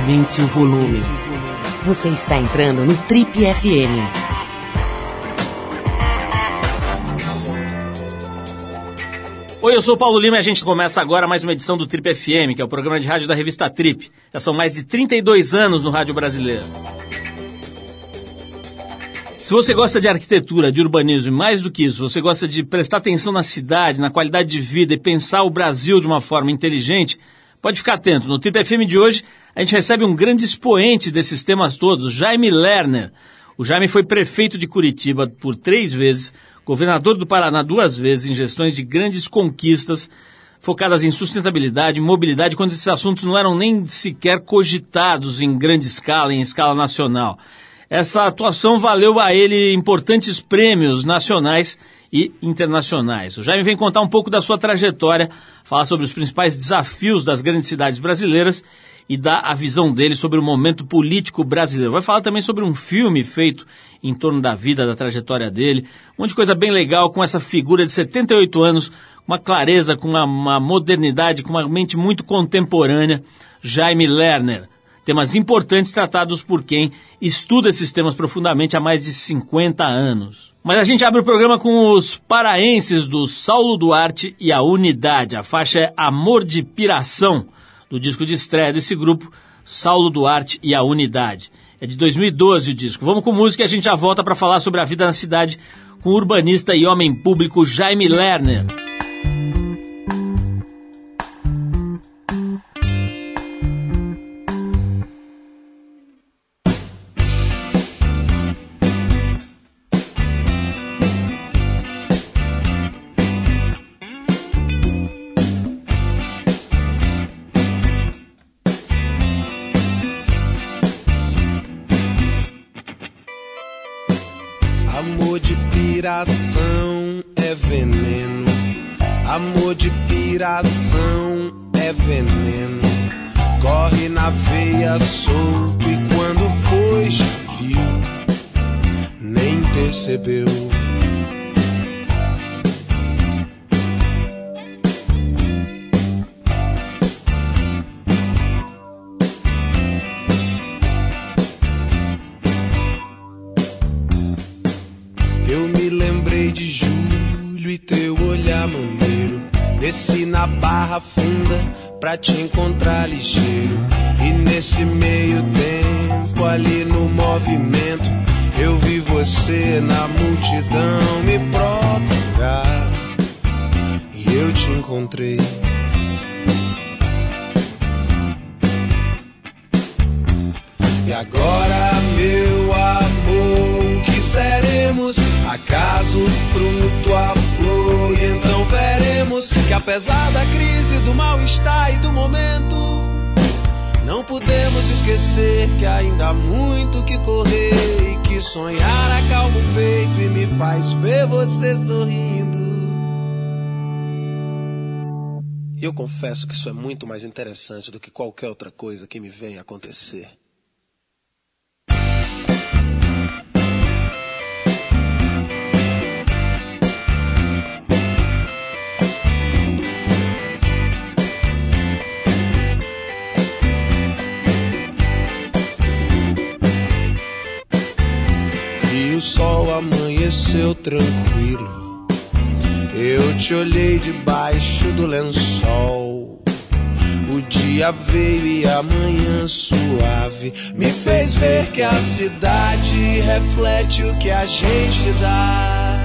Aumente o volume. Você está entrando no Trip FM. Oi, eu sou o Paulo Lima e a gente começa agora mais uma edição do Trip FM, que é o programa de rádio da revista Trip. Já são mais de 32 anos no rádio brasileiro. Se você gosta de arquitetura, de urbanismo e mais do que isso, você gosta de prestar atenção na cidade, na qualidade de vida e pensar o Brasil de uma forma inteligente, pode ficar atento. No Trip FM de hoje, a gente recebe um grande expoente desses temas todos, Jaime Lerner. O Jaime foi prefeito de Curitiba por 3 vezes, governador do Paraná 2 vezes, em gestões de grandes conquistas, focadas em sustentabilidade, mobilidade, quando esses assuntos não eram nem sequer cogitados em grande escala, em escala nacional. Essa atuação valeu a ele importantes prêmios nacionais e internacionais. O Jaime vem contar um pouco da sua trajetória, falar sobre os principais desafios das grandes cidades brasileiras e dar a visão dele sobre o momento político brasileiro. Vai falar também sobre um filme feito em torno da vida, da trajetória dele, um monte de coisa bem legal com essa figura de 78 anos, com uma clareza, com uma modernidade, com uma mente muito contemporânea, Jaime Lerner. Temas importantes tratados por quem estuda esses temas profundamente há mais de 50 anos. Mas a gente abre o programa com os paraenses do Saulo Duarte e a Unidade. A faixa é Amor de Piração, do disco de estreia desse grupo, Saulo Duarte e a Unidade. É de 2012 o disco. Vamos com música e a gente já volta para falar sobre a vida na cidade com o urbanista e homem público Jaime Lerner. Amor de piração é veneno. Amor de piração é veneno. Corre na veia solto e quando foi já viu, nem percebeu. Eu me lembrei de julho e teu olhar maneiro. Desci na Barra Funda pra te encontrar ligeiro. E nesse meio tempo, ali no movimento, eu vi você na multidão me procurar. E eu te encontrei. E agora, meu amor, o que seremos? Acaso fruto a flor? E então veremos que apesar da crise, do mal-estar e do momento, não podemos esquecer que ainda há muito que correr. E que sonhar acalma o peito e me faz ver você sorrindo. E eu confesso que isso é muito mais interessante do que qualquer outra coisa que me venha acontecer. O sol amanheceu tranquilo. Eu te olhei debaixo do lençol. O dia veio e a manhã suave me fez ver que a cidade reflete o que a gente dá.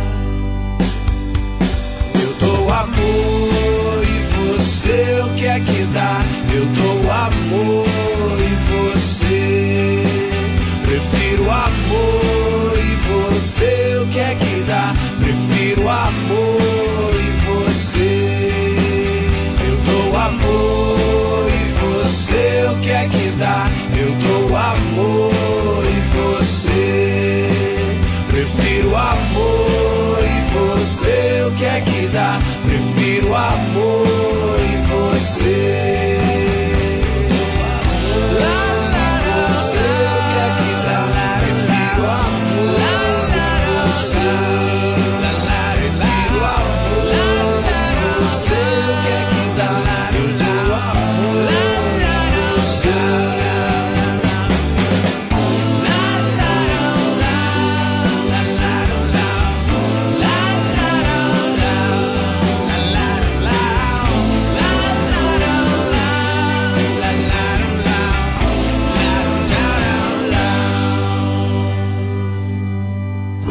Eu dou amor e você o que é que dá? Eu dou amor e você. Prefiro amor e você o que é que dá? Prefiro amor e você. Eu dou amor e você o que é que dá? Eu dou amor e você. Prefiro amor e você o que é que dá? Prefiro amor e você.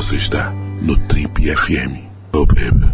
Você está no Trip FM. Oh, baby.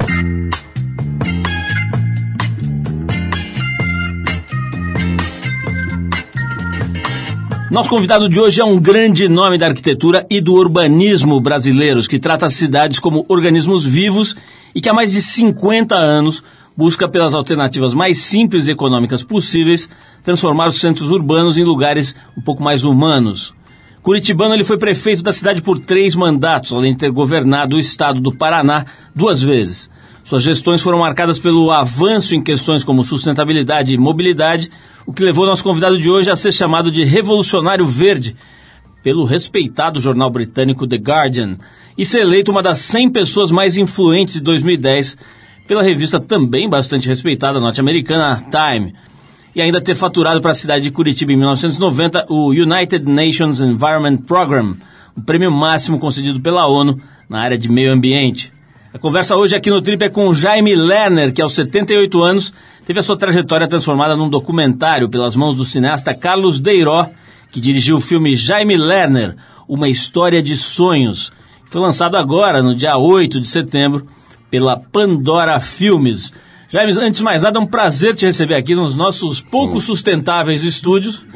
Nosso convidado de hoje é um grande nome da arquitetura e do urbanismo brasileiros, que trata as cidades como organismos vivos e que há mais de 50 anos busca, pelas alternativas mais simples e econômicas possíveis, transformar os centros urbanos em lugares um pouco mais humanos. Curitibano, ele foi prefeito da cidade por 3 mandatos, além de ter governado o estado do Paraná 2 vezes. Suas gestões foram marcadas pelo avanço em questões como sustentabilidade e mobilidade, o que levou nosso convidado de hoje a ser chamado de revolucionário verde pelo respeitado jornal britânico The Guardian e ser eleito uma das 100 pessoas mais influentes de 2010 pela revista também bastante respeitada norte-americana Time, e ainda ter faturado para a cidade de Curitiba em 1990 o United Nations Environment Program, o prêmio máximo concedido pela ONU na área de meio ambiente. A conversa hoje aqui no Trip é com Jaime Lerner, que aos 78 anos teve a sua trajetória transformada num documentário pelas mãos do cineasta Carlos Deiró, que dirigiu o filme Jaime Lerner, Uma História de Sonhos, que foi lançado agora, no dia 8 de setembro, pela Pandora Filmes. Jaime, antes de mais nada, é um prazer te receber aqui nos nossos pouco sustentáveis estúdios,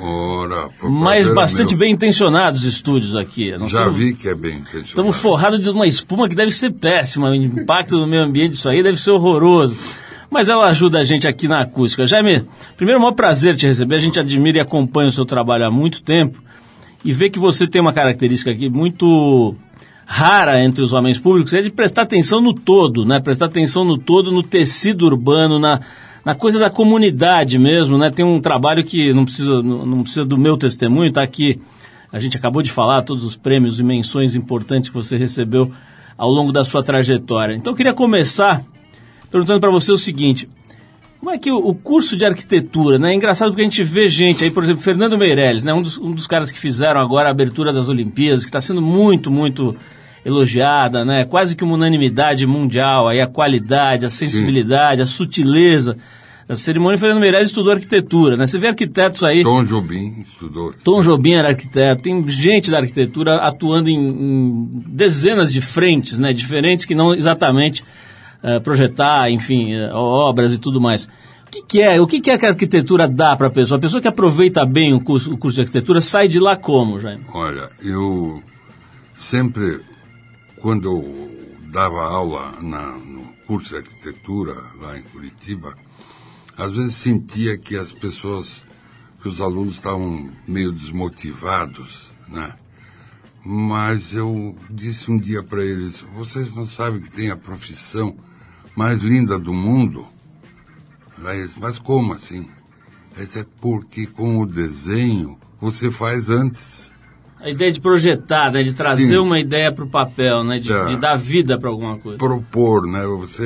mas bastante bem intencionados estúdios aqui. Vi que é bem intencionado. Estamos forrados de uma espuma que deve ser péssima, o impacto no meio ambiente disso aí deve ser horroroso, mas ela ajuda a gente aqui na acústica. Jaime, primeiro, é um maior prazer te receber, a gente admira e acompanha o seu trabalho há muito tempo, e vê que você tem uma característica aqui muito rara entre os homens públicos, é de prestar atenção no todo, né? Prestar atenção no todo, no tecido urbano, na coisa da comunidade mesmo, né? Tem um trabalho que não precisa do meu testemunho, tá aqui, a gente acabou de falar, todos os prêmios e menções importantes que você recebeu ao longo da sua trajetória. Então eu queria começar perguntando para você o seguinte: como é que o curso de arquitetura, né? É engraçado porque a gente vê gente aí, por exemplo, Fernando Meirelles, né? Um dos caras que fizeram agora a abertura das Olimpíadas, que está sendo muito, muito elogiada, né? Quase que uma unanimidade mundial, aí a qualidade, a sensibilidade, a sutileza da cerimônia. Fernando Meirelles estudou arquitetura, né? Você vê arquitetos aí... Tom Jobim estudou. Tom Jobim era arquiteto. Tem gente da arquitetura atuando em dezenas de frentes, né? Diferentes, que não exatamente projetar, enfim, obras e tudo mais. O que é que a arquitetura dá para a pessoa? A pessoa que aproveita bem o curso de arquitetura sai de lá como, Jaime? Olha, eu sempre, quando eu dava aula no curso de arquitetura lá em Curitiba, às vezes sentia que as pessoas, que os alunos estavam meio desmotivados, né? Mas eu disse um dia para eles: vocês não sabem que tem a profissão mais linda do mundo? Mas como assim? É porque com o desenho você faz antes. A ideia de projetar, né? De trazer Sim. uma ideia para o papel, né? De dar vida para alguma coisa. Propor, né?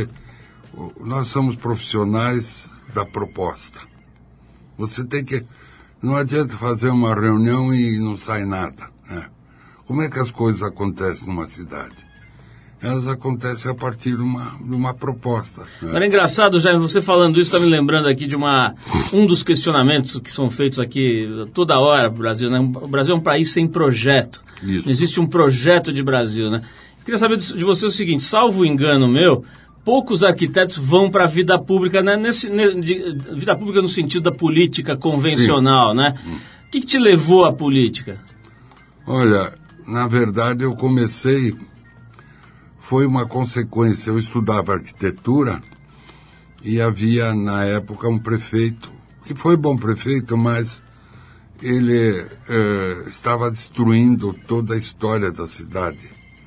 Nós somos profissionais da proposta. Você tem que... Não adianta fazer uma reunião e não sai nada, né? Como é que as coisas acontecem numa cidade? Elas acontecem a partir de uma proposta, né? Era engraçado, Jaime, você falando isso, está me lembrando aqui de um dos questionamentos que são feitos aqui toda hora no Brasil, né? O Brasil é um país sem projeto. Isso. Não existe um projeto de Brasil, né? Eu queria saber de você o seguinte: salvo engano meu, poucos arquitetos vão para a vida pública, né? Vida pública no sentido da política convencional, Sim. né? O que te levou à política? Olha, na verdade eu comecei... Foi uma consequência. Eu estudava arquitetura e havia, na época, um prefeito, que foi bom prefeito, mas ele estava destruindo toda a história da cidade.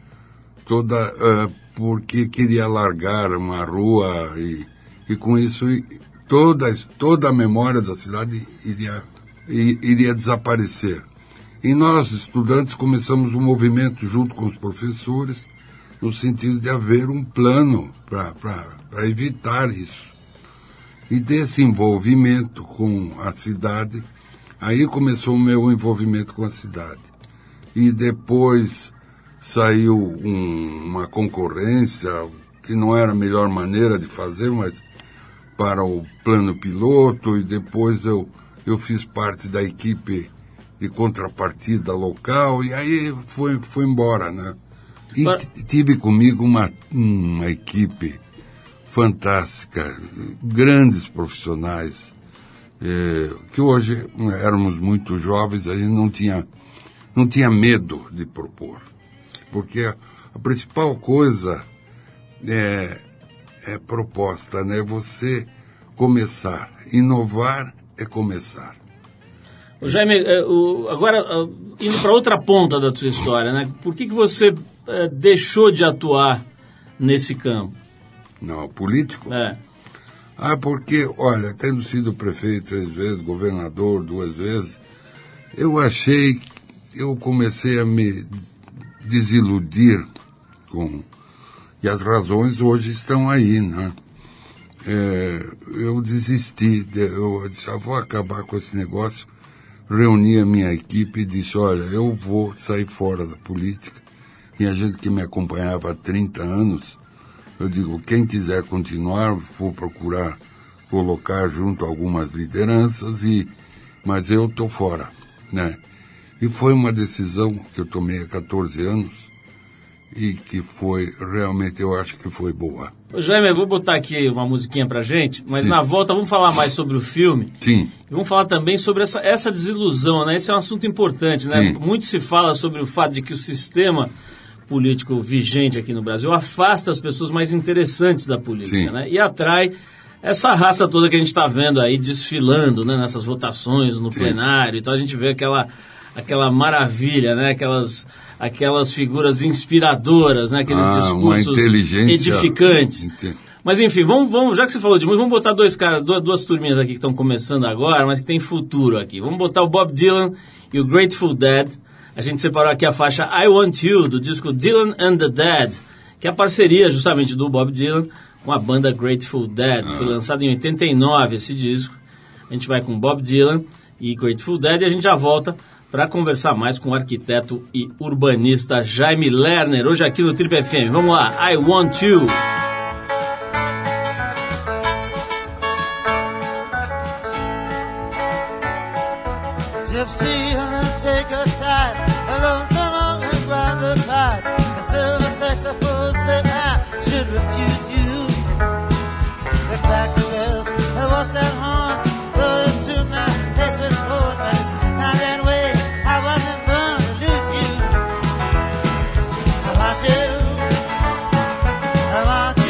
Porque queria largar uma rua e com isso toda a memória da cidade iria desaparecer. E nós, estudantes, começamos um movimento junto com os professores, no sentido de haver um plano para evitar isso. E desse envolvimento com a cidade, aí começou o meu envolvimento com a cidade. E depois saiu uma concorrência, que não era a melhor maneira de fazer, mas para o plano piloto, e depois eu fiz parte da equipe de contrapartida local, e aí foi embora, né? E tive comigo uma equipe fantástica, grandes profissionais, que hoje éramos muito jovens, a gente não tinha medo de propor. Porque a principal coisa é proposta, né? Você começar. Inovar é começar. Jaime, agora indo para outra ponta da sua história, né? Por que você deixou de atuar nesse campo? Não, político? Porque, olha, tendo sido prefeito 3 vezes, governador 2 vezes, eu comecei a me desiludir e as razões hoje estão aí, né? Eu desisti, eu disse, vou acabar com esse negócio, reuni a minha equipe e disse, olha, eu vou sair fora da política, e a gente que me acompanhava há 30 anos, eu digo, quem quiser continuar, vou procurar colocar junto a algumas lideranças, mas eu estou fora, né? E foi uma decisão que eu tomei há 14 anos e que foi, realmente, eu acho que foi boa. Jaime, eu vou botar aqui uma musiquinha pra gente, mas Sim. Na volta vamos falar mais sobre o filme. Sim. E vamos falar também sobre essa desilusão, né? Esse é um assunto importante, né? Sim. Muito se fala sobre o fato de que o sistema político vigente aqui no Brasil afasta as pessoas mais interessantes da política, Sim. né? E atrai essa raça toda que a gente está vendo aí desfilando, né? Nessas votações, no plenário. Então a gente vê aquela maravilha, né? Aquelas figuras inspiradoras, né? Aqueles discursos edificantes. Mas enfim, vamos, já que você falou de música, vamos botar duas turminhas aqui que estão começando agora, mas que tem futuro aqui. Vamos botar o Bob Dylan e o Grateful Dead. A gente separou aqui a faixa I Want You, do disco Dylan and the Dead, que é a parceria justamente do Bob Dylan com a banda Grateful Dead. Foi lançado em 89 esse disco. A gente vai com Bob Dylan e Grateful Dead e a gente já volta para conversar mais com o arquiteto e urbanista Jaime Lerner, hoje aqui no Trip FM. Vamos lá, I Want You. Gypsy undertaker side, alone someone who grind the price. A silver saxophone said I should refuse you. Look back to Wales, I watched that horns go into my face with sport, but it's not that way. I wasn't born to lose you. I want you. I want you.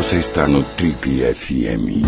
Você está no Trip FM.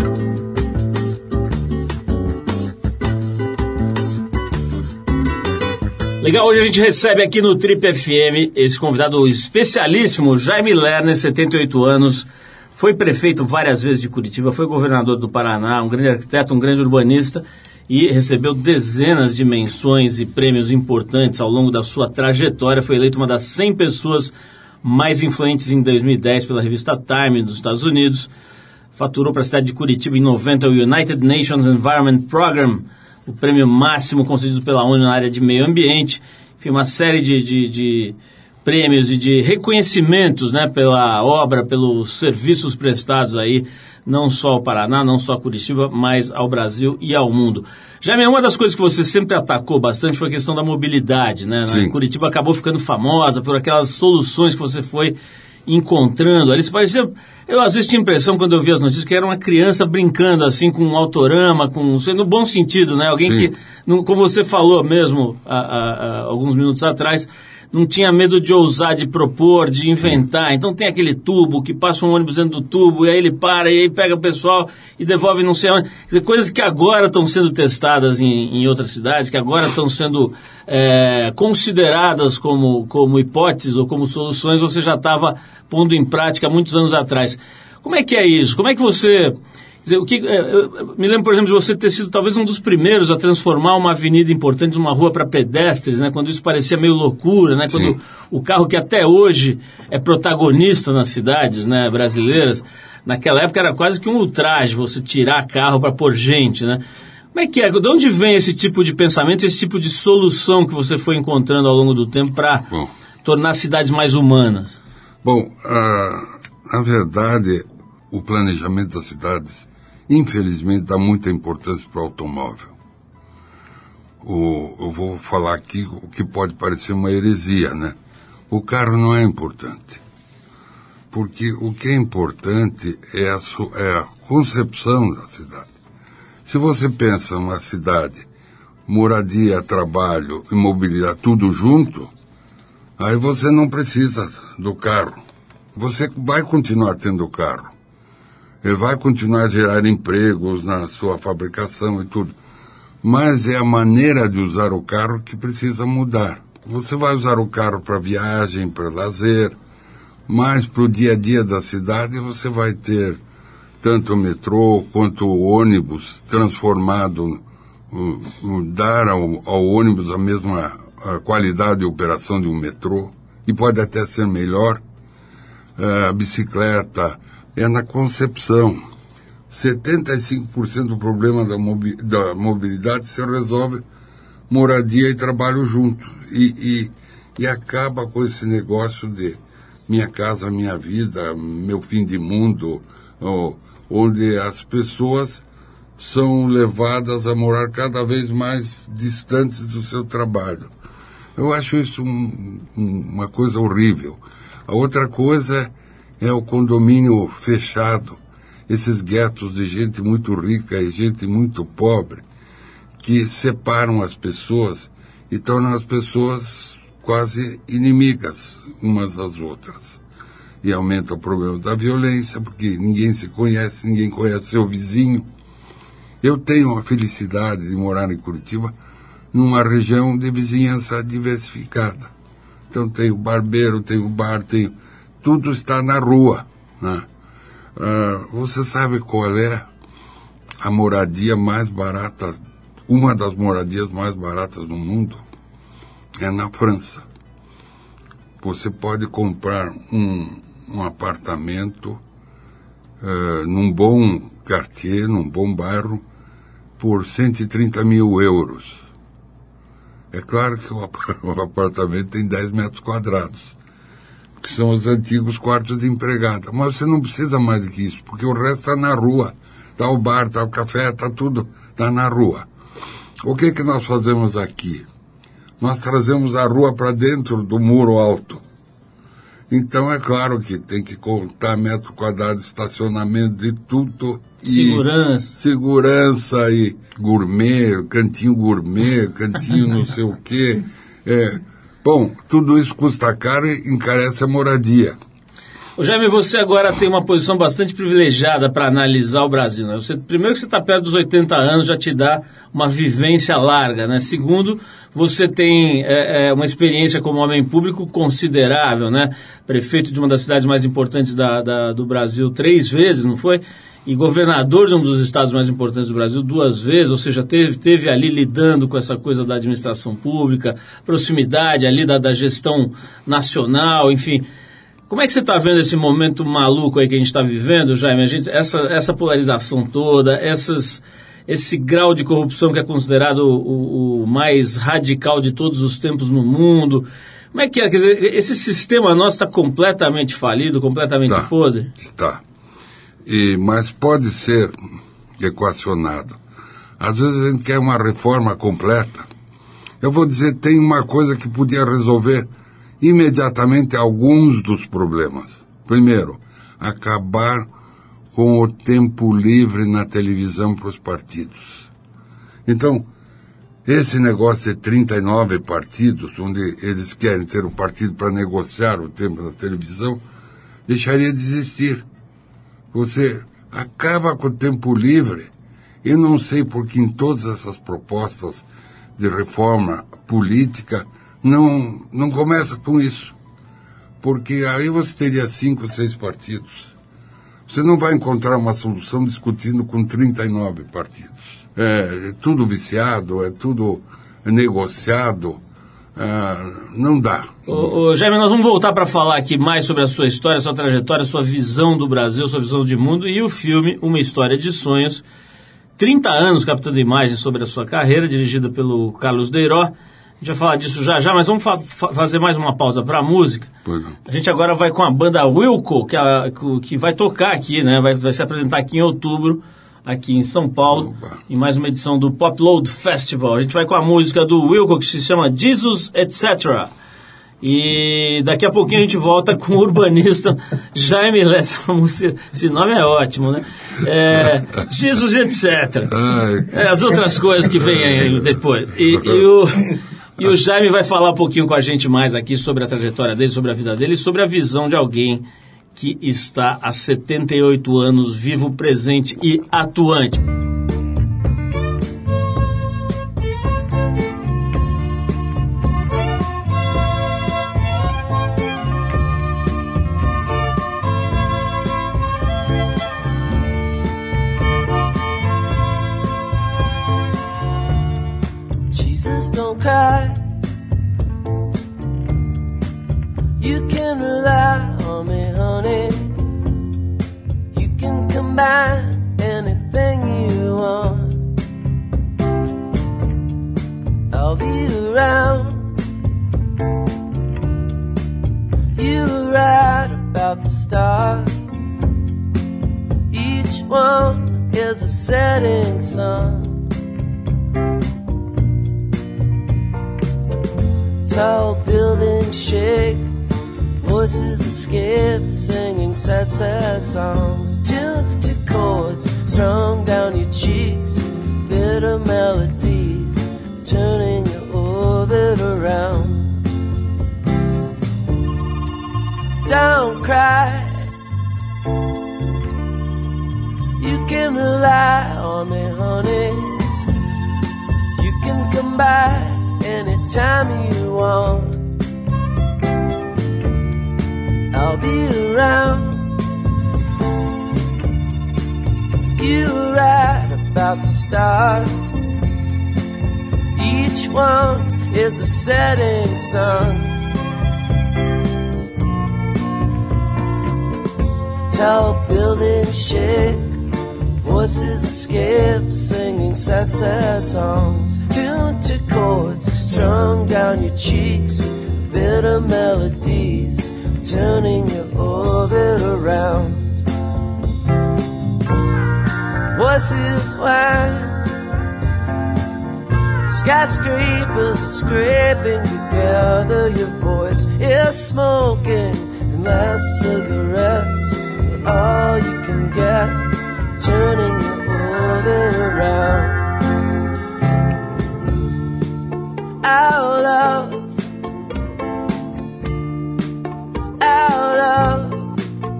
Legal, hoje a gente recebe aqui no Trip FM esse convidado especialíssimo, Jaime Lerner, 78 anos, foi prefeito várias vezes de Curitiba, foi governador do Paraná, um grande arquiteto, um grande urbanista e recebeu dezenas de menções e prêmios importantes ao longo da sua trajetória. Foi eleito uma das 100 pessoas mais influentes em 2010 pela revista Time dos Estados Unidos. Faturou para a cidade de Curitiba em 90 o United Nations Environment Program, o prêmio máximo concedido pela ONU na área de meio ambiente. Enfim, uma série de prêmios e de reconhecimentos, né, pela obra, pelos serviços prestados aí, não só ao Paraná, não só a Curitiba, mas ao Brasil e ao mundo. Jaime, uma das coisas que você sempre atacou bastante foi a questão da mobilidade, né? Sim. Curitiba acabou ficando famosa por aquelas soluções que você foi encontrando ali. Você parecia, eu às vezes tinha a impressão, quando eu via as notícias, que era uma criança brincando assim com um autorama, no bom sentido, né? Alguém Sim. que, como você falou mesmo há alguns minutos atrás, não tinha medo de ousar, de propor, de inventar. Então tem aquele tubo que passa um ônibus dentro do tubo e aí ele para e aí pega o pessoal e devolve não sei onde. Quer dizer, coisas que agora estão sendo testadas em outras cidades, que agora estão sendo consideradas como hipóteses ou como soluções, você já estava pondo em prática há muitos anos atrás. Como é que é isso? Como é que você... Quer dizer, eu me lembro, por exemplo, de você ter sido talvez um dos primeiros a transformar uma avenida importante numa rua para pedestres, né? Quando isso parecia meio loucura, né? Quando o carro que até hoje é protagonista nas cidades, né, brasileiras, naquela época era quase que um ultraje você tirar carro para pôr gente, né? Como é que é? De onde vem esse tipo de pensamento, esse tipo de solução que você foi encontrando ao longo do tempo para tornar as cidades mais humanas? Bom, na verdade, o planejamento das cidades, infelizmente, dá muita importância para o automóvel. Eu vou falar aqui o que pode parecer uma heresia, né? O carro não é importante. Porque o que é importante é a concepção da cidade. Se você pensa numa cidade, moradia, trabalho e mobilidade, tudo junto, aí você não precisa do carro. Você vai continuar tendo o carro. Ele vai continuar a gerar empregos na sua fabricação e tudo. Mas é a maneira de usar o carro que precisa mudar. Você vai usar o carro para viagem, para lazer, mas para o dia a dia da cidade você vai ter tanto o metrô quanto o ônibus transformado, dar ao ônibus a mesma qualidade de operação de um metrô, e pode até ser melhor. A bicicleta... É na concepção. 75% do problema da mobilidade se resolve moradia e trabalho juntos. E acaba com esse negócio de minha casa, minha vida, meu fim de mundo, onde as pessoas são levadas a morar cada vez mais distantes do seu trabalho. Eu acho isso uma coisa horrível. A outra coisa é o condomínio fechado, esses guetos de gente muito rica e gente muito pobre, que separam as pessoas e tornam as pessoas quase inimigas umas das outras. E aumenta o problema da violência, porque ninguém se conhece, ninguém conhece seu vizinho. Eu tenho a felicidade de morar em Curitiba, numa região de vizinhança diversificada. Então tem o barbeiro, tem o bar, tudo está na rua, né? Você sabe qual é a moradia mais barata, uma das moradias mais baratas do mundo? É na França. Você pode comprar um apartamento num bom quartier, num bom bairro, por 130 mil euros. É claro que o apartamento tem 10 metros quadrados. Que são os antigos quartos de empregada. Mas você não precisa mais do que isso, porque o resto está na rua. Está o bar, está o café, está tudo, está na rua. O que nós fazemos aqui? Nós trazemos a rua para dentro do muro alto. Então é claro que tem que contar metro quadrado de estacionamento de tudo. Segurança e gourmet, cantinho não sei o quê. Bom, tudo isso custa caro e encarece a moradia. Ô Jaime, você agora tem uma posição bastante privilegiada para analisar o Brasil, né? Primeiro que você está perto dos 80 anos, já te dá uma vivência larga, né? Segundo, você tem uma experiência como homem público considerável, né? Prefeito de uma das cidades mais importantes do Brasil 3 vezes, não foi? E governador de um dos estados mais importantes do Brasil 2 vezes, ou seja, teve ali lidando com essa coisa da administração pública, proximidade ali da gestão nacional, enfim. Como é que você está vendo esse momento maluco aí que a gente está vivendo, Jaime? Essa polarização toda, esse grau de corrupção que é considerado o mais radical de todos os tempos no mundo. Como é que é? Quer dizer, esse sistema nosso está completamente falido, completamente podre? Está. Mas pode ser equacionado. Às vezes a gente quer uma reforma completa. Eu vou dizer, tem uma coisa que podia resolver imediatamente alguns dos problemas. Primeiro, acabar com o tempo livre na televisão para os partidos. Então, esse negócio de 39 partidos, onde eles querem ter o partido para negociar o tempo da televisão, deixaria de existir. Você acaba com o tempo livre. Eu não sei porque em todas essas propostas de reforma política não começa com isso. Porque aí você teria 5 ou 6 partidos. Você não vai encontrar uma solução discutindo com 39 partidos. É tudo viciado, é tudo negociado. Não dá. Jaime, nós vamos voltar para falar aqui mais sobre a sua história, sua trajetória, sua visão do Brasil, sua visão de mundo e o filme Uma História de Sonhos. 30 anos captando imagens sobre a sua carreira, dirigida pelo Carlos Deiró. A gente vai falar disso já, mas vamos fazer mais uma pausa para a música. A gente agora vai com a banda Wilco, que vai tocar aqui, né? Vai se apresentar aqui em outubro, aqui em São Paulo, em mais uma edição do Pop Load Festival. A gente vai com a música do Wilco, que se chama Jesus, Etc. E daqui a pouquinho a gente volta com o urbanista Jaime Lessa. Esse nome é ótimo, né? Jesus, Etc. As outras coisas que vêm aí depois. E o Jaime vai falar um pouquinho com a gente mais aqui sobre a trajetória dele, sobre a vida dele e sobre a visão de alguém que está há 78 anos vivo, presente e atuante. Jesus, don't cry. You can rely on me, honey. You can combine anything you want. I'll be around. You were right about the stars. Each one is a setting sun. Tall buildings shake, voices escape, singing sad, sad songs, tuned to chords strung down your cheeks, bitter melodies, turning your orbit around. Don't cry, you can rely on me, honey. You can come by anytime you want. I'll be around. You were right about the stars. Each one is a setting sun. Tall buildings shake, voices escape, singing sad, sad songs, tuned to chords strung down your cheeks, bitter melodies, turning your orbit around. Voices whine, skyscrapers are scraping together. Your voice is smoking, and last cigarettes are all you can get, turning your orbit around. Our love, our love,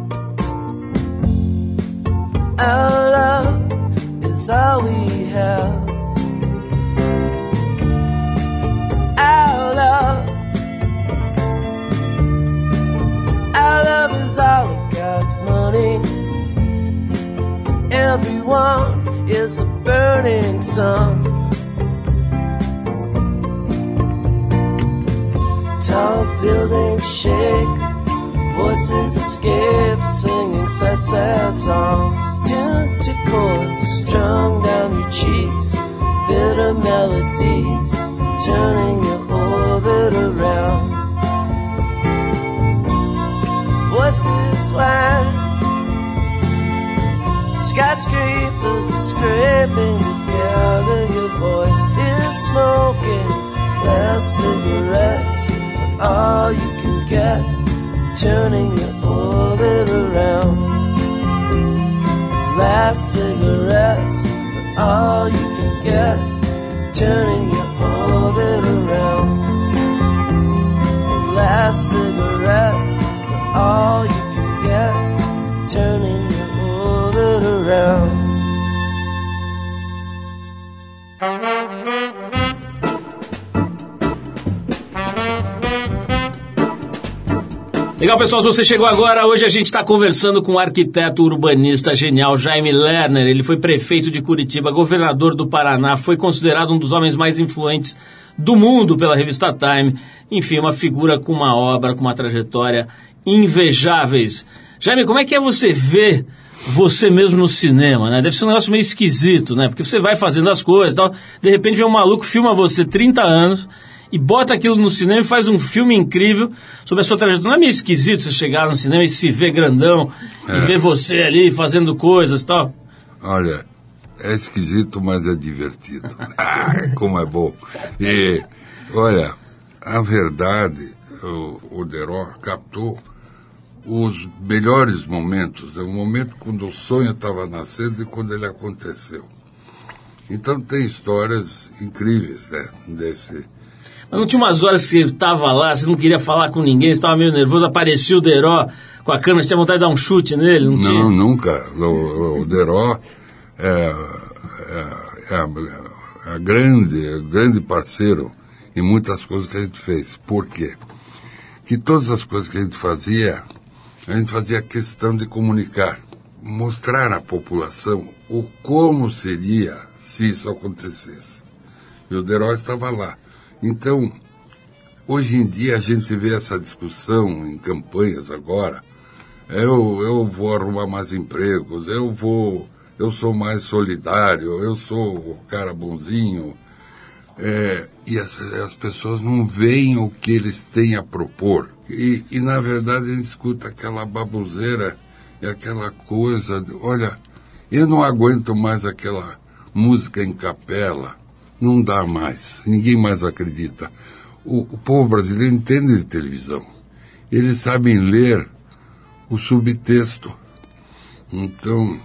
Our love is all we have. Our love is all of God's money. Everyone is a burning sun. Tall buildings shake, voices escape, singing sad, sad songs. Tuned to chords strung down your cheeks, bitter melodies turning your orbit around. Voices whine, skyscrapers are scraping together. Your voice is smoking last cigarettes, all you can get, turning your orbit around. Last cigarettes, all you can get, turning your orbit around. Last cigarettes, all you can get, turning your orbit around. Legal, pessoal, se você chegou agora, hoje a gente está conversando com o arquiteto urbanista genial Jaime Lerner. Ele foi prefeito de Curitiba, governador do Paraná, foi considerado um dos homens mais influentes do mundo pela revista Time. Enfim, uma figura com uma obra, com uma trajetória invejáveis. Jaime, como é que é você ver você mesmo no cinema, né? Deve ser um negócio meio esquisito, né? Porque você vai fazendo as coisas e tal, de repente vem um maluco, filma você 30 anos... e bota aquilo no cinema e faz um filme incrível sobre a sua trajetória. Não é meio esquisito você chegar no cinema e se ver grandão, e ver você ali fazendo coisas e tal? Olha, é esquisito, mas é divertido. Como é bom. E, olha, a verdade, o Deró captou os melhores momentos. O momento quando o sonho estava nascendo e quando ele aconteceu. Então tem histórias incríveis, né, desse... Mas não tinha umas horas que você estava lá, você não queria falar com ninguém, você estava meio nervoso, aparecia o Deró com a câmera, você tinha vontade de dar um chute nele? Não tinha? Não, nunca. O Deró é grande parceiro em muitas coisas que a gente fez. Por quê? Que todas as coisas que a gente fazia questão de comunicar, mostrar à população o como seria se isso acontecesse. E o Deró estava lá. Então, hoje em dia a gente vê essa discussão em campanhas agora. Eu vou arrumar mais empregos, eu sou mais solidário, eu sou o cara bonzinho. E as pessoas não veem o que eles têm a propor. E na verdade a gente escuta aquela baboseira e aquela coisa de, olha, eu não aguento mais aquela música em capela. Não dá mais, ninguém mais acredita. O povo brasileiro entende de televisão. Eles sabem ler o subtexto. Então,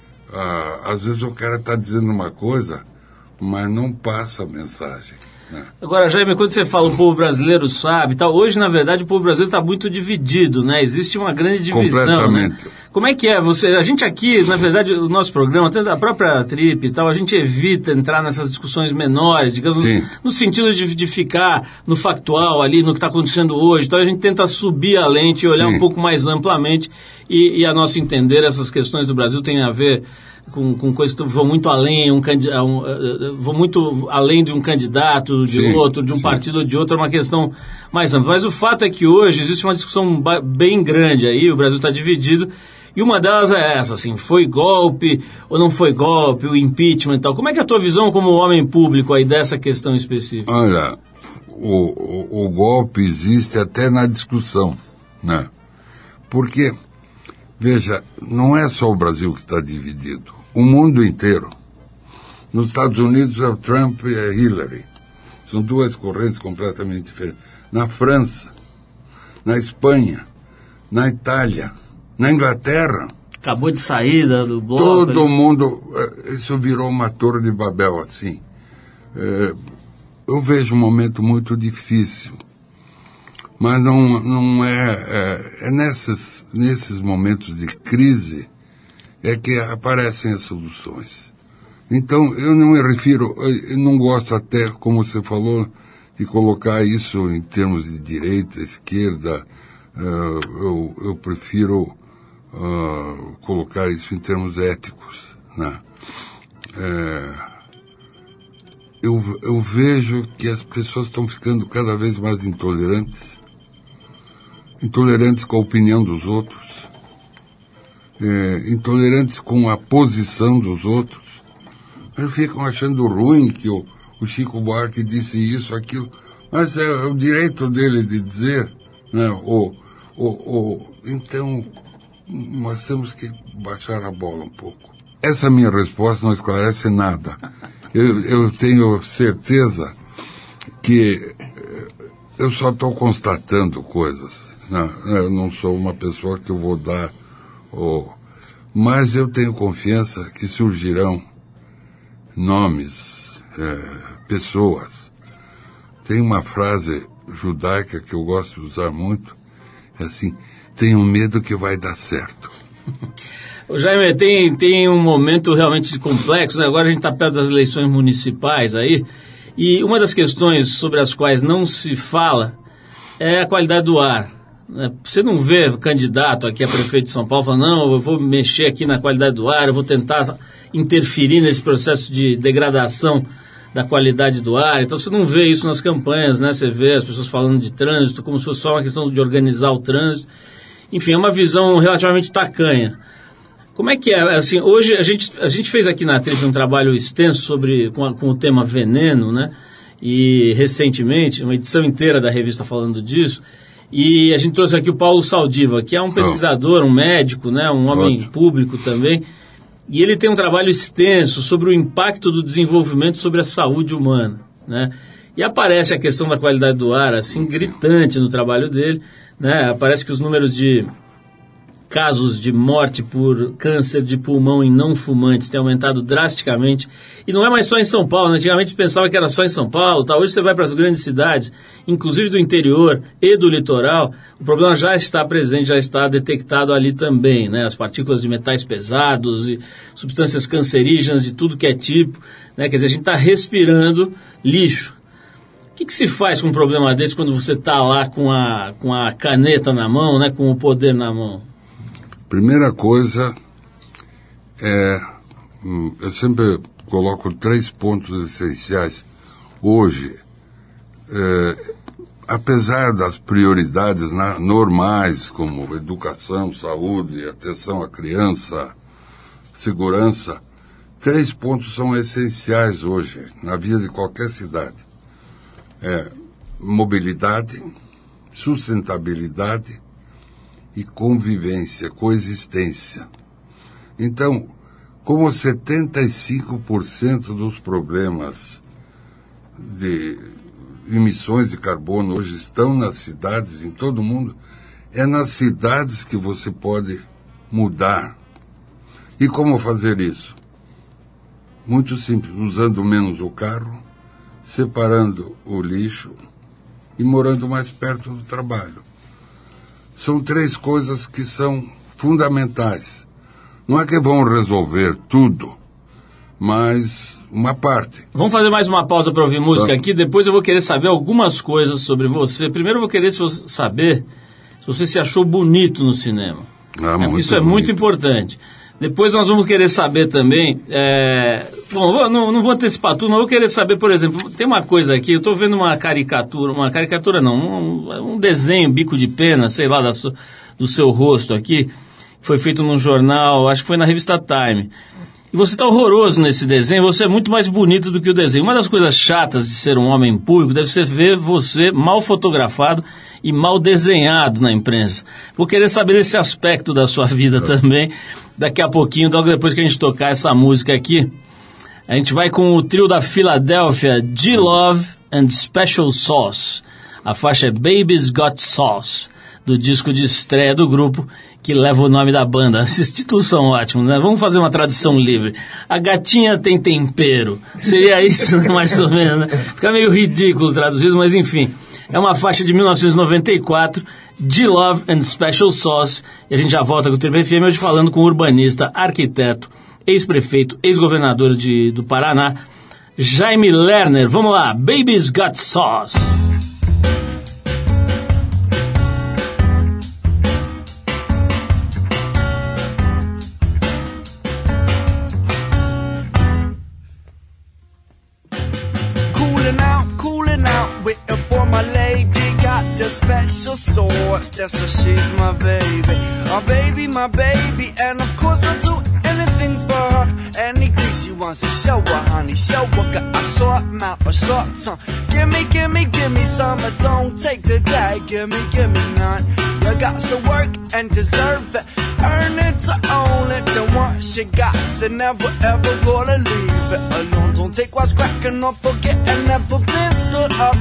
às vezes o cara está dizendo uma coisa, mas não passa a mensagem. Né? Agora, Jaime, quando você fala o povo brasileiro sabe, tal, hoje, na verdade, o povo brasileiro está muito dividido, né? Existe uma grande divisão. Completamente. Né? Como é que é? A gente aqui, na verdade, o nosso programa, até da própria Trip e tal, a gente evita entrar nessas discussões menores, digamos, no sentido de ficar no factual ali, no que está acontecendo hoje. Então a gente tenta subir a lente e olhar um pouco mais amplamente e a nosso entender, essas questões do Brasil têm a ver com coisas que vão muito além, vão muito além de um candidato, de outro, de um partido ou de outro, é uma questão mais ampla. Mas o fato é que hoje existe uma discussão bem grande aí, o Brasil está dividido, e uma delas é essa, assim, foi golpe ou não foi golpe, o impeachment e tal. Como é que é a tua visão como homem público aí dessa questão específica? Olha, o golpe existe até na discussão, né? Porque, veja, não é só o Brasil que está dividido. O mundo inteiro. Nos Estados Unidos é o Trump e a Hillary. São duas correntes completamente diferentes. Na França, na Espanha, na Itália, na Inglaterra. Acabou de sair do bloco. Todo mundo... Isso virou uma torre de Babel, assim. Eu vejo um momento muito difícil. Mas não é... É nesses momentos de crise é que aparecem as soluções. Então, eu não me refiro, eu não gosto até, como você falou, de colocar isso em termos de direita, esquerda. Eu prefiro colocar isso em termos éticos, né? Eu vejo que as pessoas estão ficando cada vez mais intolerantes com a opinião dos outros, intolerantes com a posição dos outros. Eles ficam achando ruim que o Chico Buarque disse isso, aquilo, mas é o direito dele de dizer, né? Então, nós temos que baixar a bola um pouco. Essa minha resposta não esclarece nada. Eu tenho certeza que eu só estou constatando coisas, né? Eu não sou uma pessoa que eu vou dar... Mas eu tenho confiança que surgirão nomes, pessoas. Tem uma frase judaica que eu gosto de usar muito, é assim: tenho medo que vai dar certo. Jaime, tem um momento realmente complexo, né? Agora a gente está perto das eleições municipais aí, e uma das questões sobre as quais não se fala é a qualidade do ar. Você não vê candidato aqui a prefeito de São Paulo falando, não, eu vou mexer aqui na qualidade do ar, eu vou tentar interferir nesse processo de degradação da qualidade do ar. Então você não vê isso nas campanhas, né? Você vê as pessoas falando de trânsito como se fosse só uma questão de organizar o trânsito. Enfim, é uma visão relativamente tacanha. Como é que é? Assim, hoje a gente fez aqui na Trip um trabalho extenso com o tema veneno, né? E recentemente, uma edição inteira da revista falando disso. E a gente trouxe aqui o Paulo Saldiva, que é um pesquisador, um médico, né, um homem público também, e ele tem um trabalho extenso sobre o impacto do desenvolvimento sobre a saúde humana, né? E aparece a questão da qualidade do ar, assim, gritante no trabalho dele, né? Aparece que os números de casos de morte por câncer de pulmão em não fumantes têm aumentado drasticamente. E não é mais só em São Paulo, né? Antigamente se pensava que era só em São Paulo, tá? Hoje você vai para as grandes cidades, inclusive do interior e do litoral, o problema já está presente, já está detectado ali também, né? As partículas de metais pesados e substâncias cancerígenas de tudo que é tipo, né? Quer dizer, a gente está respirando lixo. O que se faz com um problema desse quando você está lá com a caneta na mão, né? Com o poder na mão? Primeira coisa eu sempre coloco 3 pontos essenciais. Hoje, apesar das prioridades normais, como educação, saúde, atenção à criança, segurança, 3 pontos são essenciais hoje, na vida de qualquer cidade. Mobilidade, sustentabilidade e convivência, coexistência. Então, como 75% dos problemas de emissões de carbono hoje estão nas cidades, em todo o mundo, é nas cidades que você pode mudar. E como fazer isso? Muito simples, usando menos o carro, separando o lixo e morando mais perto do trabalho. São 3 coisas que são fundamentais. Não é que vão resolver tudo, mas uma parte. Vamos fazer mais uma pausa para ouvir música aqui, depois eu vou querer saber algumas coisas sobre você. Primeiro eu vou querer saber se você se achou bonito no cinema. Isso é muito importante. Depois nós vamos querer saber também, não vou antecipar tudo, mas eu vou querer saber, por exemplo, tem uma coisa aqui, eu estou vendo uma caricatura não, um desenho, bico de pena, sei lá, do seu rosto aqui, foi feito num jornal, acho que foi na revista Time. E você está horroroso nesse desenho, você é muito mais bonito do que o desenho. Uma das coisas chatas de ser um homem público deve ser ver você mal fotografado e mal desenhado na imprensa. Vou querer saber desse aspecto da sua vida também, daqui a pouquinho, logo depois que a gente tocar essa música aqui. A gente vai com o trio da Filadélfia, G-Love and Special Sauce. A faixa é Baby's Got Sauce, do disco de estreia do grupo, que leva o nome da banda. Esses títulos são ótimos, né? Vamos fazer uma tradução livre. A gatinha tem tempero. Seria isso, mais ou menos, né? Fica meio ridículo traduzido, mas enfim. É uma faixa de 1994, G-Love and Special Sauce. E a gente já volta com o Trip FM hoje falando com o urbanista, arquiteto, ex-prefeito, ex-governador do Paraná, Jaime Lerner. Vamos lá, Baby's Got Sauce. Cooling out, waiting for my lady. Got the special sauce, that's why she's my baby, my baby. And of course I'll do anything for her. Anything she wants to show her, honey, show her. Got a short mouth, a short tongue. Gimme some, but don't take the day. Gimme none. You got to work and deserve it. Earn it to own it. The one she got, so never ever gonna leave it alone. Don't take what's cracking or forget and never been stood up.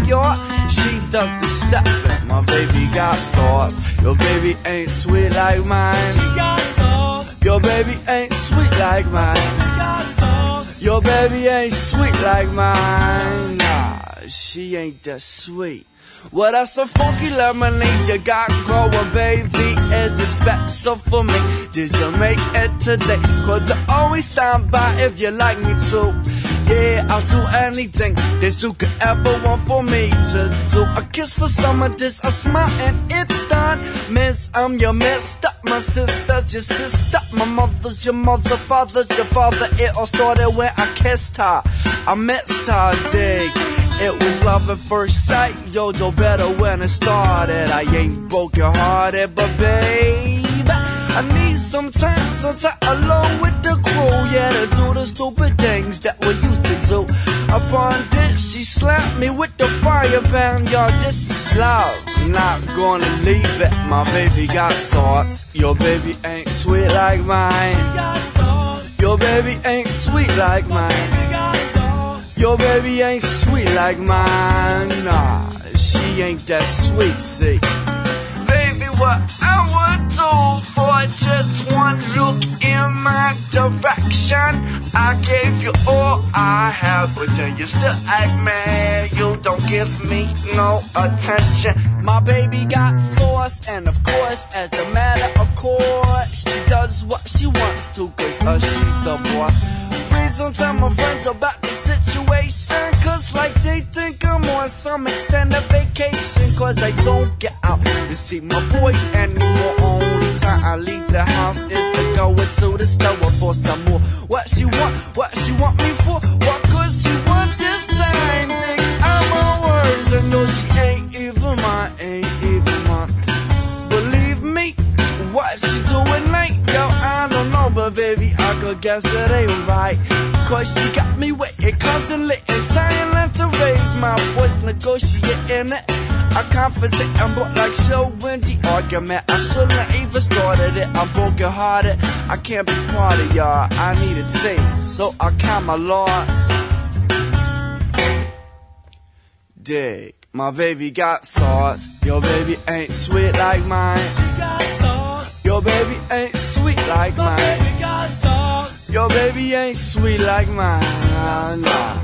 She does the stepping. My baby got sauce. Your baby ain't sweet like mine. She got sauce. Your baby ain't sweet like mine. She got sauce. Your baby ain't sweet like mine. Nah, she ain't that sweet. Well, that's a funky lemonade you got going, baby. Is it special for me? Did you make it today? Cause I always stand by if you like me to. Yeah, I'll do anything that you could ever want for me to do. A kiss for some of this, a smile and it's done. Miss, I'm your mister, my sister's your sister. My mother's your mother, father's your father. It all started when I kissed her. I missed her, dig. It was love at first sight, yo, no better when it started. I ain't broken hearted, but babe, I need some time alone with the crew, yeah, to do the stupid things that we used to do. Upon this, she slapped me with the fire pan, y'all, this is love, not gonna leave it. My baby got sauce, your baby ain't sweet like mine. She got sauce. Your baby ain't sweet like mine. Baby got sauce. Your baby ain't sweet like mine. Nah, she ain't that sweet, see. Baby, what I would do for just one look in my direction. I gave you all I have, but then you still act mad. You don't give me no attention. My baby got sauce, and of course, as a matter of course, she does what she wants to, cause she's the boss. Please don't tell my friends about the situation, cause like they think I'm on some extended vacation. Cause I don't get out to see my boys anymore. Only time I leave the house is to go into the store for some more. What she want me for? What could she want this time? Take out my words, I know she ain't even mine. Believe me, what she doing like? Yo, I don't know, but baby, I could guess it ain't right. Cause she got me waiting constantly and trying to raise my voice, negotiating it. I confess it, I'm broke like so in the argument. I shouldn't even started it, I'm broken hearted. I can't be part of y'all, I need a taste, so I count my loss. Dig, my baby got sauce. Your baby ain't sweet like mine. She got sauce. Your baby ain't sweet like mine. My baby got sauce. Your baby ain't sweet like mine. Nah.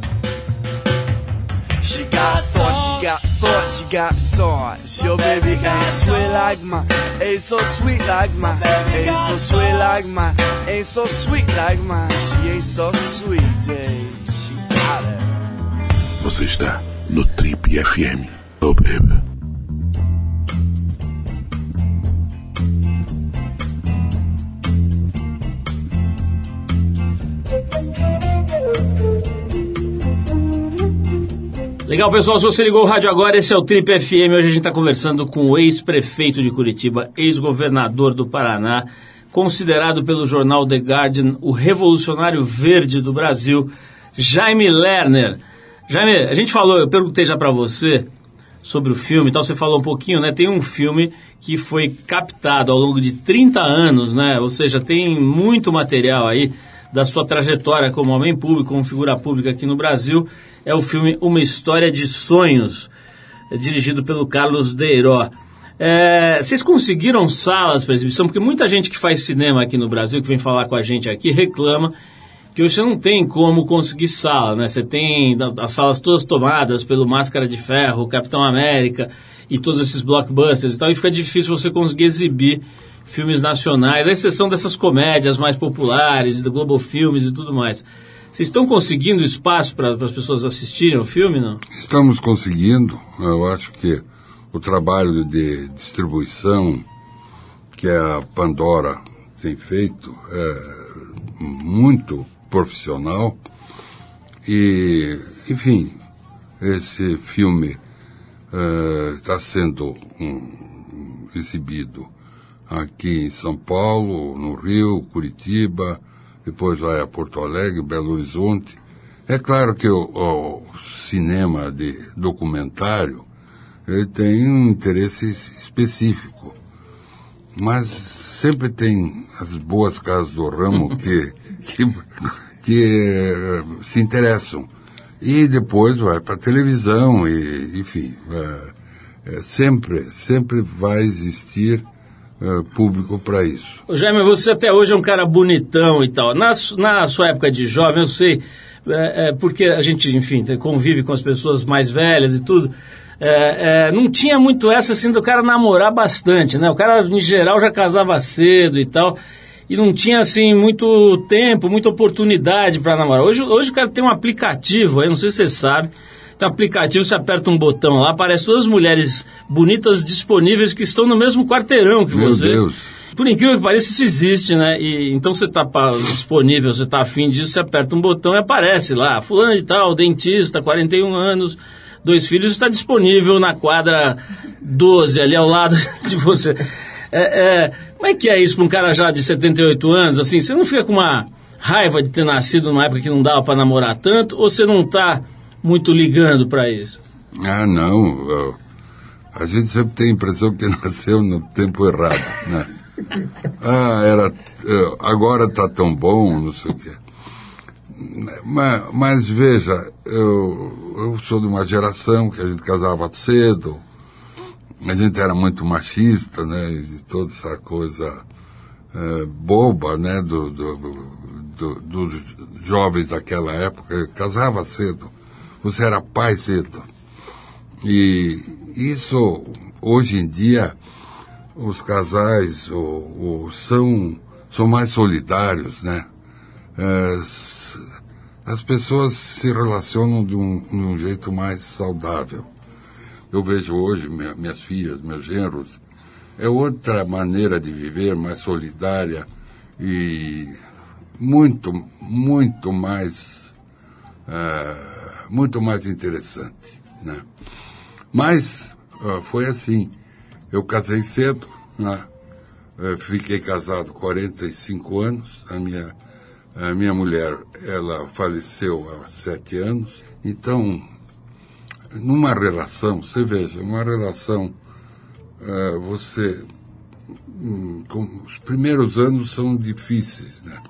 She got sauce, she got sauce, she got sauce. Your baby ain't sweet like mine. Ain't so sweet like mine. Ain't so sweet like mine. Ain't so sweet like mine. She ain't so sweet, hey. She got it. Você está no Trip FM. Oh, baby. Legal, pessoal, se você ligou o rádio agora, esse é o Trip FM. Hoje a gente está conversando com o ex-prefeito de Curitiba, ex-governador do Paraná, considerado pelo jornal The Guardian o revolucionário verde do Brasil, Jaime Lerner. Jaime, a gente falou, eu perguntei já para você sobre o filme e tal, você falou um pouquinho, né? Tem um filme que foi captado ao longo de 30 anos, né? Ou seja, tem muito material aí da sua trajetória como homem público, como figura pública aqui no Brasil. É o filme Uma História de Sonhos, dirigido pelo Carlos Deiró. Vocês conseguiram salas para exibição? Porque muita gente que faz cinema aqui no Brasil, que vem falar com a gente aqui, reclama que hoje você não tem como conseguir sala, né? Você tem as salas todas tomadas pelo Máscara de Ferro, Capitão América, e todos esses blockbusters e tal, e fica difícil você conseguir exibir filmes nacionais, à exceção dessas comédias mais populares, do Globo Filmes e tudo mais. Vocês estão conseguindo espaço para as pessoas assistirem ao filme, não? Estamos conseguindo. Eu acho que o trabalho de distribuição que a Pandora tem feito é muito profissional e, enfim, esse filme está sendo exibido aqui em São Paulo, no Rio, Curitiba, depois vai a Porto Alegre, Belo Horizonte. É claro que o cinema de documentário ele tem um interesse específico, mas sempre tem as boas casas do ramo que se interessam. E depois vai para a televisão e, enfim, sempre vai existir público para isso. Ô Jaime, você até hoje é um cara bonitão e tal. Na sua época de jovem, eu sei, porque a gente, enfim, convive com as pessoas mais velhas e tudo, não tinha muito essa assim do cara namorar bastante, né? O cara, em geral, já casava cedo e tal, e não tinha, assim, muito tempo, muita oportunidade para namorar. Hoje o cara tem um aplicativo, aí não sei se você sabe, tem um aplicativo, você aperta um botão lá, aparece todas as mulheres bonitas disponíveis que estão no mesmo quarteirão que você. Meu Deus! Por incrível que pareça, isso existe, né? E então você está disponível, você está afim disso, você aperta um botão e aparece lá, fulano de tal, dentista, 41 anos, 2 filhos, está disponível na quadra 12, ali ao lado de você. Como é que é isso para um cara já de 78 anos? Assim, você não fica com uma raiva de ter nascido numa época que não dava para namorar tanto, ou você não está muito ligando para isso? Ah, não. A gente sempre tem a impressão que nasceu no tempo errado, né? Agora está tão bom, não sei o quê. Mas veja, eu sou de uma geração que a gente casava cedo, a gente era muito machista, né? E toda essa coisa boba, né? Dos jovens daquela época, casava cedo, você era pai cedo. E isso, hoje em dia, os casais são mais solidários, né? As pessoas se relacionam de um jeito mais saudável. Eu vejo hoje minhas filhas, meus genros, é outra maneira de viver, mais solidária e muito mais interessante, né? Mas foi assim, eu casei cedo, né? Fiquei casado 45 anos, a minha mulher, ela faleceu há 7 anos, então, numa relação, você veja, uma relação, os primeiros anos são difíceis, né?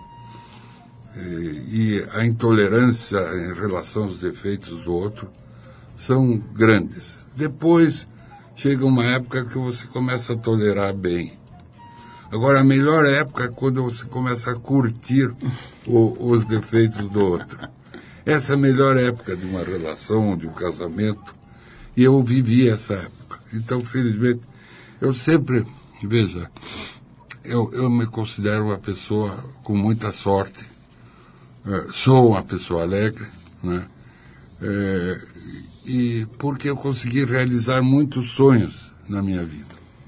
E a intolerância em relação aos defeitos do outro são grandes. Depois chega uma época que você começa a tolerar bem. Agora, a melhor época é quando você começa a curtir os defeitos do outro. Essa é a melhor época de uma relação, de um casamento, e eu vivi essa época. Então, felizmente, eu sempre, veja, eu me considero uma pessoa com muita sorte, sou uma pessoa alegre, né? E porque eu consegui realizar muitos sonhos na minha vida.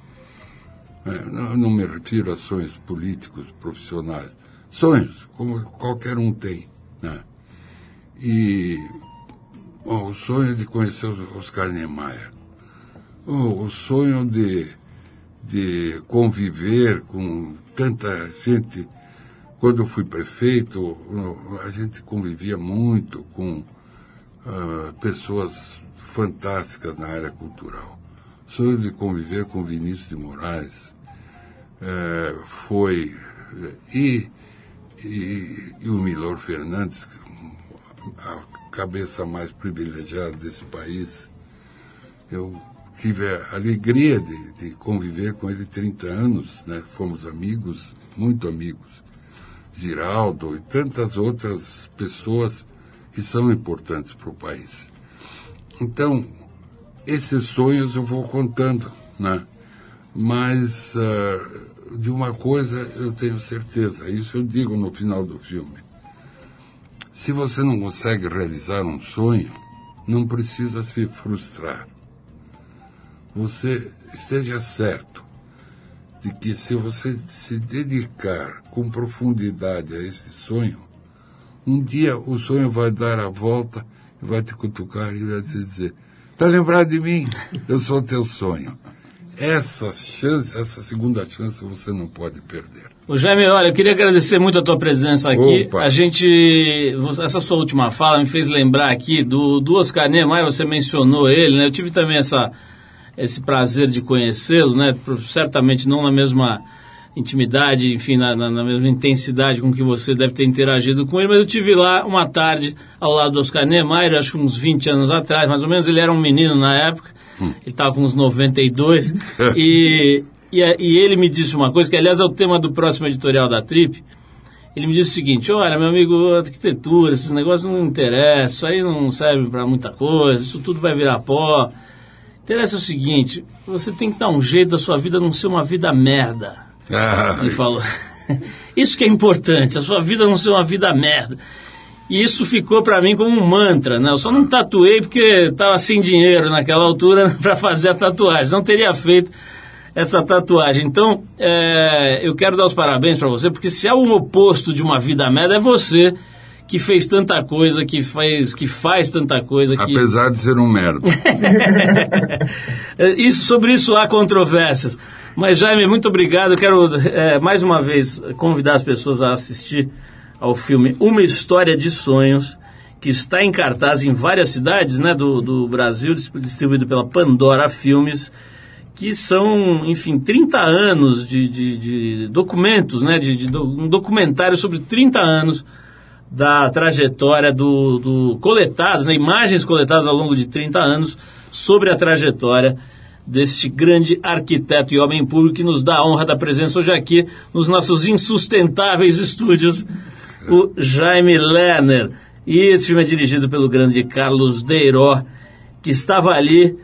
Não me refiro a sonhos políticos, profissionais. Sonhos, como qualquer um tem, né? E o sonho de conhecer o Oscar Niemeyer. O sonho de conviver com tanta gente. Quando eu fui prefeito, a gente convivia muito com pessoas fantásticas na área cultural. O sonho de conviver com Vinícius de Moraes foi... E o Milor Fernandes, a cabeça mais privilegiada desse país, eu tive a alegria de conviver com ele 30 anos, né? Fomos amigos, muito amigos. Ziraldo e tantas outras pessoas que são importantes para o país. Então, esses sonhos eu vou contando, né? Mas de uma coisa eu tenho certeza, isso eu digo no final do filme. Se você não consegue realizar um sonho, não precisa se frustrar. Você esteja certo de que se você se dedicar com profundidade a esse sonho, um dia o sonho vai dar a volta e vai te cutucar e vai te dizer: tá lembrado de mim? Eu sou teu sonho. Essa chance, essa segunda chance você não pode perder. Ô Jaime, olha, eu queria agradecer muito a tua presença aqui. Opa. Essa sua última fala me fez lembrar aqui do Oscar Niemeyer, você mencionou ele, né? Eu tive também esse prazer de conhecê-lo, né? Certamente não na mesma intimidade, enfim, na mesma intensidade com que você deve ter interagido com ele, mas eu tive lá uma tarde ao lado do Oscar Niemeyer, acho que uns 20 anos atrás, mais ou menos. Ele era um menino na época, ele estava com uns 92, e ele me disse uma coisa, que aliás é o tema do próximo editorial da Trip. Ele me disse o seguinte: olha, meu amigo, arquitetura, esses negócios não interessam, isso aí não serve para muita coisa, isso tudo vai virar pó. Interessa o seguinte: você tem que dar um jeito da sua vida não ser uma vida merda. Ele falou. Isso que é importante, a sua vida não ser uma vida merda. E isso ficou para mim como um mantra, né? Eu só não tatuei porque estava sem dinheiro naquela altura para fazer a tatuagem, não teria feito essa tatuagem. Então, eu quero dar os parabéns para você, porque se é o oposto de uma vida merda, é você que fez tanta coisa, que faz tanta coisa. Apesar de ser um merda. Sobre isso há controvérsias. Mas, Jaime, muito obrigado. Eu quero, mais uma vez, convidar as pessoas a assistir ao filme Uma História de Sonhos, que está em cartaz em várias cidades, né, do Brasil, distribuído pela Pandora Filmes, que são, enfim, 30 anos de documentos, né, um documentário sobre 30 anos da trajetória coletados, né, imagens coletadas ao longo de 30 anos sobre a trajetória deste grande arquiteto e homem público que nos dá a honra da presença hoje aqui nos nossos insustentáveis estúdios, o Jaime Lerner. E esse filme é dirigido pelo grande Carlos Deiró, que estava ali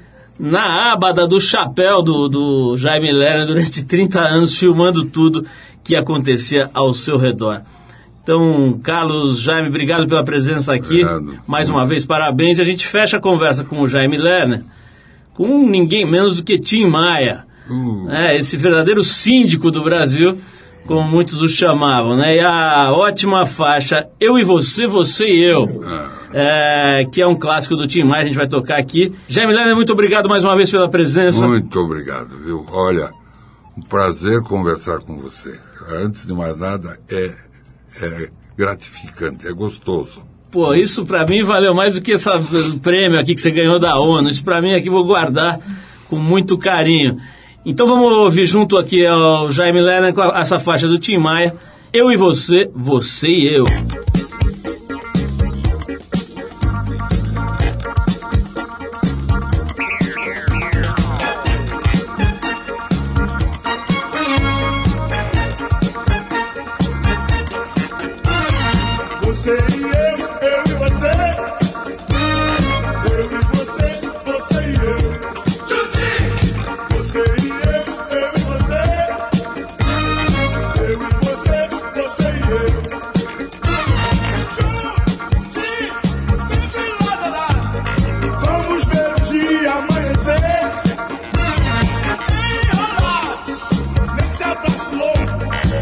na aba do chapéu do Jaime Lerner durante 30 anos, filmando tudo que acontecia ao seu redor. Então, Carlos, Jaime, obrigado pela presença aqui. Obrigado. Mais uma vez, parabéns. E a gente fecha a conversa com o Jaime Lerner com ninguém menos do que Tim Maia, esse verdadeiro síndico do Brasil, como muitos o chamavam, né? E a ótima faixa Eu e Você, Você e Eu, que é um clássico do Tim Maia, a gente vai tocar aqui. Jaime Lerner, muito obrigado mais uma vez pela presença. Muito obrigado, viu? Olha, um prazer conversar com você. Antes de mais nada, é gratificante, é gostoso. Pô, isso pra mim valeu mais do que esse prêmio aqui que você ganhou da ONU. Isso pra mim aqui vou guardar com muito carinho. Então vamos ouvir junto aqui ao Jaime Lerner com essa faixa do Tim Maia, Eu e Você, Você e Eu.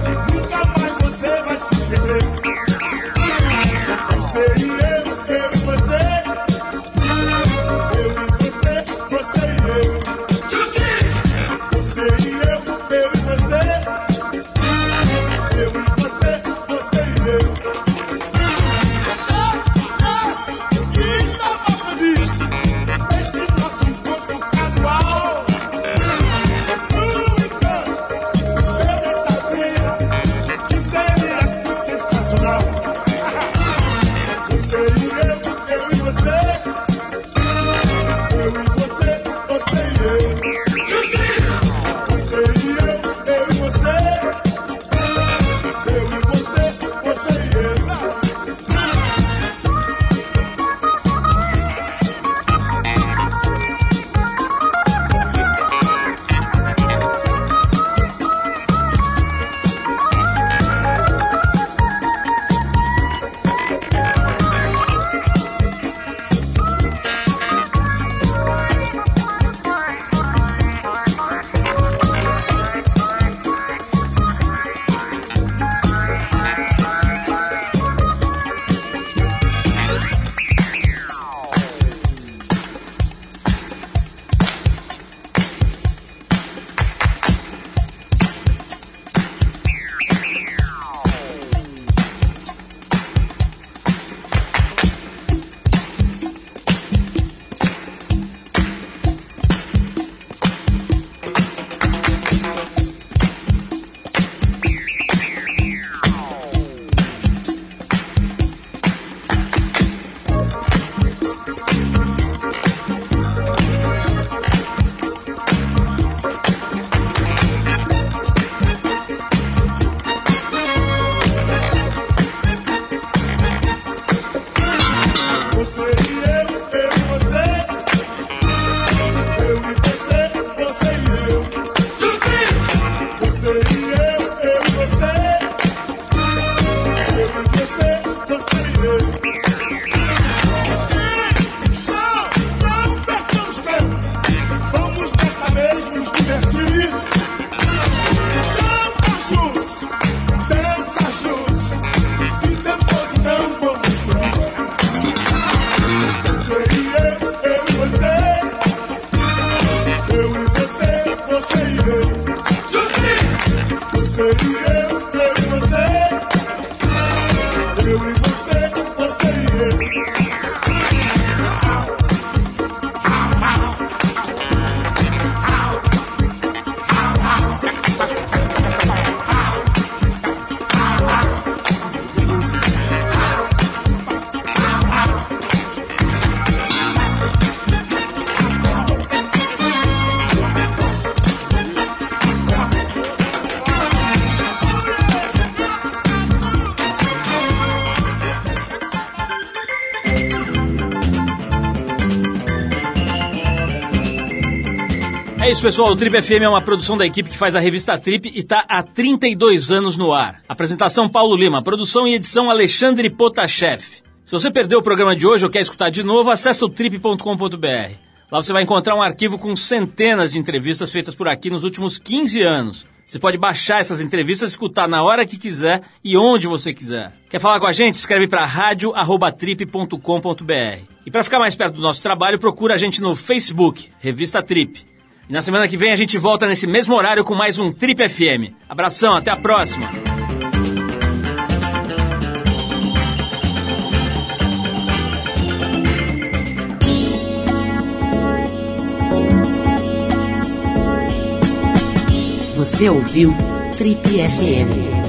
Você e eu É isso, pessoal. O Trip FM é uma produção da equipe que faz a revista Trip e está há 32 anos no ar. Apresentação Paulo Lima, produção e edição Alexandre Potashev. Se você perdeu o programa de hoje ou quer escutar de novo, acessa o trip.com.br. Lá você vai encontrar um arquivo com centenas de entrevistas feitas por aqui nos últimos 15 anos. Você pode baixar essas entrevistas e escutar na hora que quiser e onde você quiser. Quer falar com a gente? Escreve para radio@trip.com.br. E para ficar mais perto do nosso trabalho, procura a gente no Facebook, Revista Trip. E na semana que vem a gente volta nesse mesmo horário com mais um Trip FM. Abração, até a próxima! Você ouviu Trip FM.